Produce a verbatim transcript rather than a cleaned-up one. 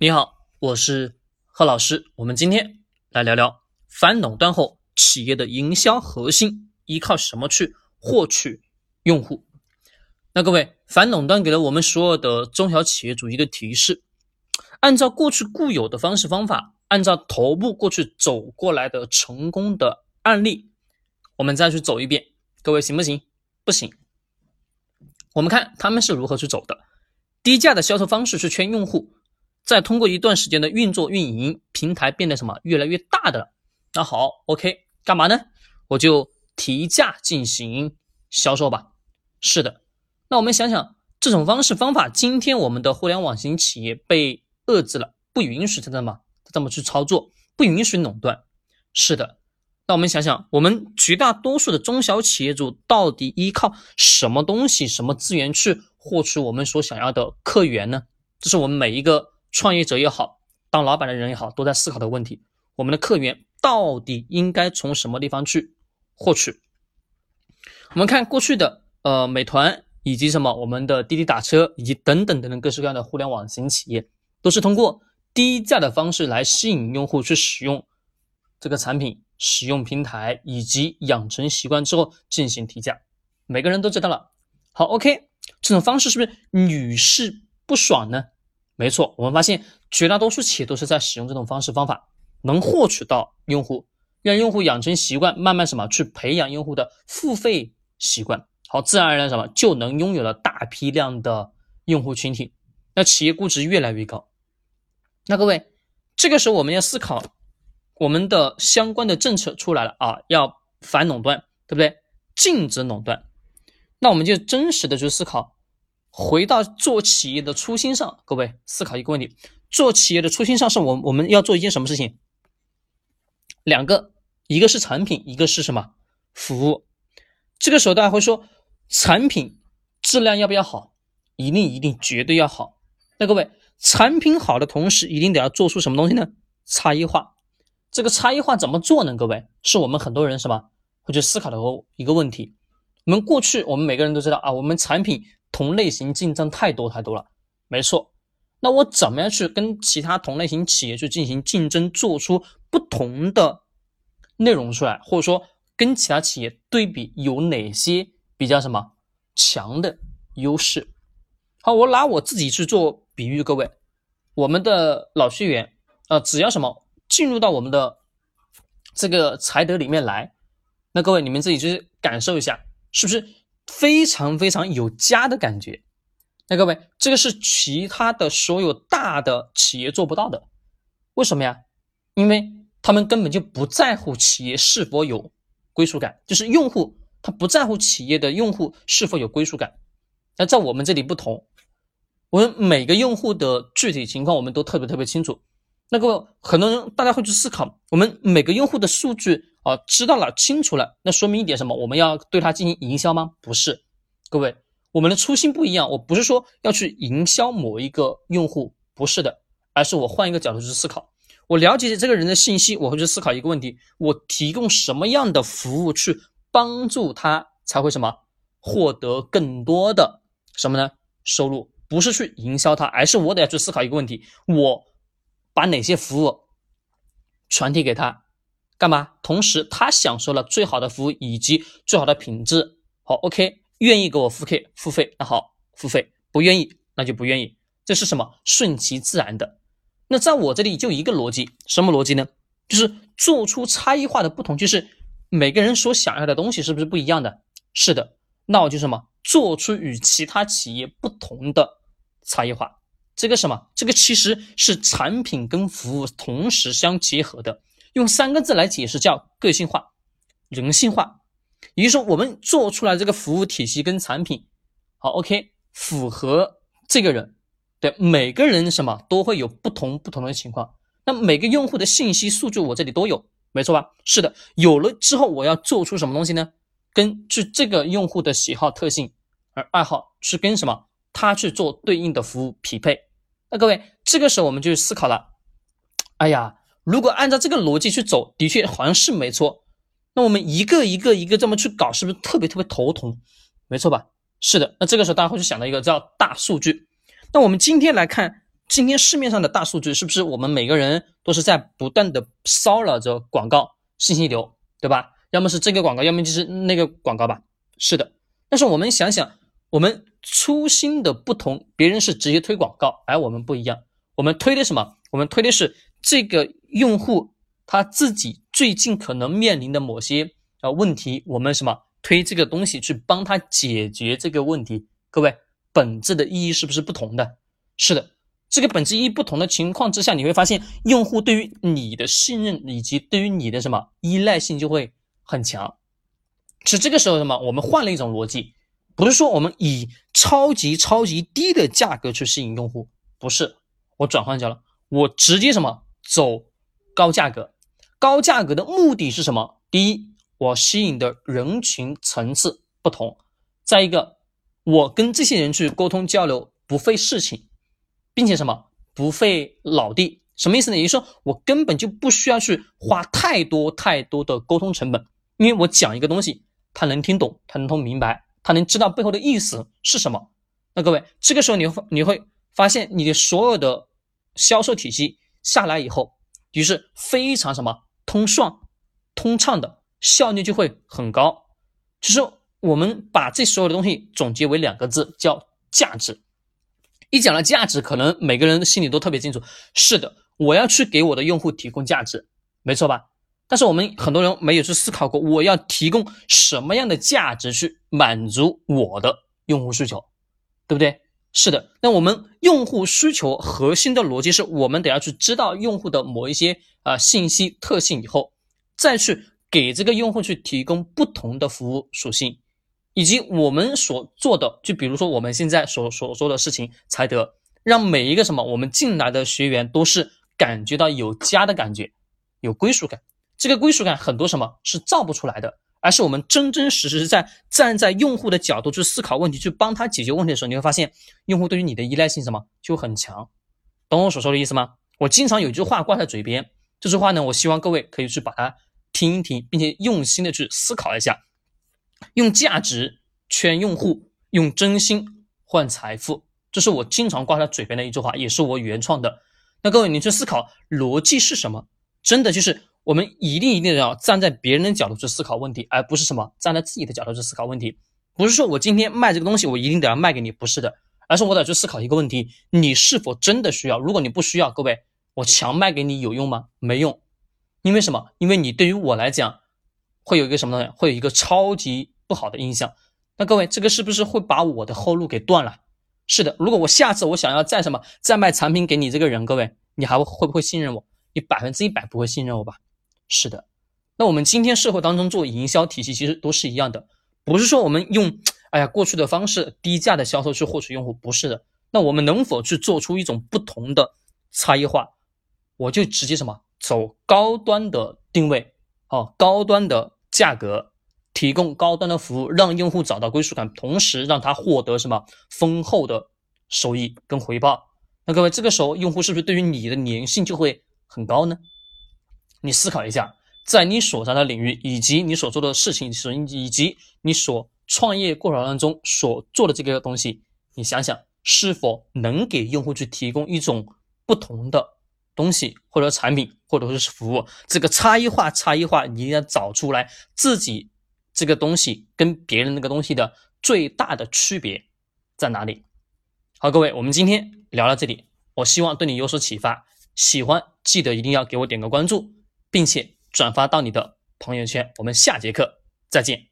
你好，我是贺老师。我们今天来聊聊反垄断后企业的营销核心依靠什么去获取用户。那各位，反垄断给了我们所有的中小企业主一个提示，按照过去固有的方式方法，按照头部过去走过来的成功的案例，我们再去走一遍，各位行不行？不行。我们看他们是如何去走的。低价的销售方式去圈用户，再通过一段时间的运作运营，平台变得什么越来越大的了。那好 OK， 干嘛呢？我就提价进行销售吧。是的，那我们想想，这种方式方法，今天我们的互联网型企业被遏制了，不允许这么这么去操作，不允许垄断。是的，那我们想想，我们绝大多数的中小企业主到底依靠什么东西、什么资源去获取我们所想要的客源呢？这是我们每一个创业者也好，当老板的人也好，都在思考的问题。我们的客源到底应该从什么地方去获取？我们看过去的呃美团以及什么我们的滴滴打车以及等等等等各式各样的互联网型企业，都是通过低价的方式来吸引用户去使用这个产品、使用平台以及养成习惯之后进行提价。每个人都知道了。好 OK， 这种方式是不是屡试不爽呢？没错，我们发现绝大多数企业都是在使用这种方式方法，能获取到用户，让用户养成习惯，慢慢什么去培养用户的付费习惯，好，自然而然什么就能拥有了大批量的用户群体，那企业估值越来越高。那各位，这个时候我们要思考，我们的相关的政策出来了啊，要反垄断，对不对？禁止垄断，那我们就真实的去思考。回到做企业的初心上，各位思考一个问题，做企业的初心上是我我们要做一件什么事情？两个，一个是产品，一个是什么？服务。这个时候大家会说，产品质量要不要好？一定一定绝对要好。那各位，产品好的同时，一定得要做出什么东西呢？差异化。这个差异化怎么做呢？各位，是我们很多人什么会去思考的一个问题。我们过去我们每个人都知道啊，我们产品同类型竞争太多太多了，没错。那我怎么样去跟其他同类型企业去进行竞争，做出不同的内容出来，或者说跟其他企业对比有哪些比较什么强的优势？好，我拿我自己去做比喻，各位，我们的老学员呃，只要什么进入到我们的这个财德里面来，那各位你们自己去感受一下，是不是非常非常有家的感觉？那各位，这个是其他的所有大的企业做不到的。为什么呀？因为他们根本就不在乎企业是否有归属感，就是用户他不在乎企业的用户是否有归属感。那在我们这里不同，我们每个用户的具体情况我们都特别特别清楚。那个很多人大家会去思考，我们每个用户的数据啊知道了清楚了，那说明一点什么？我们要对它进行营销吗？不是，各位，我们的初心不一样。我不是说要去营销某一个用户，不是的，而是我换一个角度去思考。我了解这个人的信息，我会去思考一个问题：我提供什么样的服务去帮助他才会什么获得更多的什么呢？收入，不是去营销他，而是我得要去思考一个问题：我把哪些服务传递给他，干嘛？同时他享受了最好的服务以及最好的品质。好 OK， 愿意给我付费付费，那好付费，不愿意那就不愿意，这是什么？顺其自然的。那在我这里就一个逻辑，什么逻辑呢？就是做出差异化的不同，就是每个人所想要的东西是不是不一样的？是的，那我就什么？做出与其他企业不同的差异化。这个什么？这个其实是产品跟服务同时相结合的，用三个字来解释叫个性化、人性化。也就是说，我们做出来这个服务体系跟产品，好 OK， 符合这个人，对每个人什么都会有不同不同的情况。那每个用户的信息数据我这里都有，没错吧？是的，有了之后我要做出什么东西呢？根据这个用户的喜好特性而爱好去跟什么他去做对应的服务匹配。那各位，这个时候我们就思考了，哎呀，如果按照这个逻辑去走，的确好像是没错。那我们一个一个一个这么去搞，是不是特别特别头疼？没错吧？是的。那这个时候大家会去想到一个叫大数据。那我们今天来看今天市面上的大数据是不是我们每个人都是在不断的骚扰着广告信息流，对吧？要么是这个广告，要么就是那个广告吧。是的，但是我们想想，我们初心的不同，别人是直接推广告，而我们不一样。我们推的什么？我们推的是这个用户他自己最近可能面临的某些呃问题，我们什么推这个东西去帮他解决这个问题。各位，本质的意义是不是不同的？是的，这个本质意义不同的情况之下，你会发现用户对于你的信任以及对于你的什么依赖性就会很强。是这个时候什么？我们换了一种逻辑，不是说我们以超级超级低的价格去吸引用户，不是，我转换掉了，我直接什么走高价格。高价格的目的是什么？第一，我吸引的人群层次不同，再一个，我跟这些人去沟通交流不费事情，并且什么不费脑力。什么意思呢？也就是说我根本就不需要去花太多太多的沟通成本，因为我讲一个东西他能听懂，他能听明白，他能知道背后的意思是什么。那各位，这个时候你会你会发现你的所有的销售体系下来以后，就是非常什么通顺通畅的，效率就会很高。就是我们把这所有的东西总结为两个字，叫价值。一讲了价值，可能每个人心里都特别清楚，是的，我要去给我的用户提供价值，没错吧？但是我们很多人没有去思考过，我要提供什么样的价值去满足我的用户需求，对不对？是的，那我们用户需求核心的逻辑是我们得要去知道用户的某一些啊、呃、信息特性以后，再去给这个用户去提供不同的服务属性，以及我们所做的，就比如说我们现在所所做的事情，才得让每一个什么我们进来的学员都是感觉到有家的感觉，有归属感。这个归属感很多什么是造不出来的，而是我们真真实实在站在用户的角度去思考问题，去帮他解决问题的时候，你会发现用户对于你的依赖性什么就很强。懂我所说的意思吗？我经常有一句话挂在嘴边，这句话呢，我希望各位可以去把它听一听，并且用心的去思考一下。用价值圈用户，用真心换财富，这是我经常挂在嘴边的一句话，也是我原创的。那各位，你去思考逻辑是什么？真的就是我们一定一定要站在别人的角度去思考问题，而不是什么站在自己的角度去思考问题。不是说我今天卖这个东西我一定得要卖给你，不是的，而是我得去思考一个问题，你是否真的需要。如果你不需要，各位，我强卖给你有用吗？没用。因为什么？因为你对于我来讲会有一个什么东西，会有一个超级不好的印象。那各位，这个是不是会把我的后路给断了？是的，如果我下次我想要再什么再卖产品给你这个人，各位，你还会不会信任我？你百分之一百不会信任我吧？是的。那我们今天社会当中做营销体系其实都是一样的，不是说我们用哎呀过去的方式低价的销售去获取用户，不是的。那我们能否去做出一种不同的差异化？我就直接什么走高端的定位，哦，高端的价格，提供高端的服务，让用户找到归属感，同时让他获得什么丰厚的收益跟回报。那各位，这个时候用户是不是对于你的粘性就会很高呢？你思考一下，在你所在的领域，以及你所做的事情，以及你所创业过程当中所做的这个东西，你想想是否能给用户去提供一种不同的东西，或者产品，或者是服务。这个差异化差异化你要找出来自己这个东西跟别人那个东西的最大的区别在哪里。好，各位，我们今天聊到这里，我希望对你有所启发。喜欢记得一定要给我点个关注，并且转发到你的朋友圈。我们下节课再见。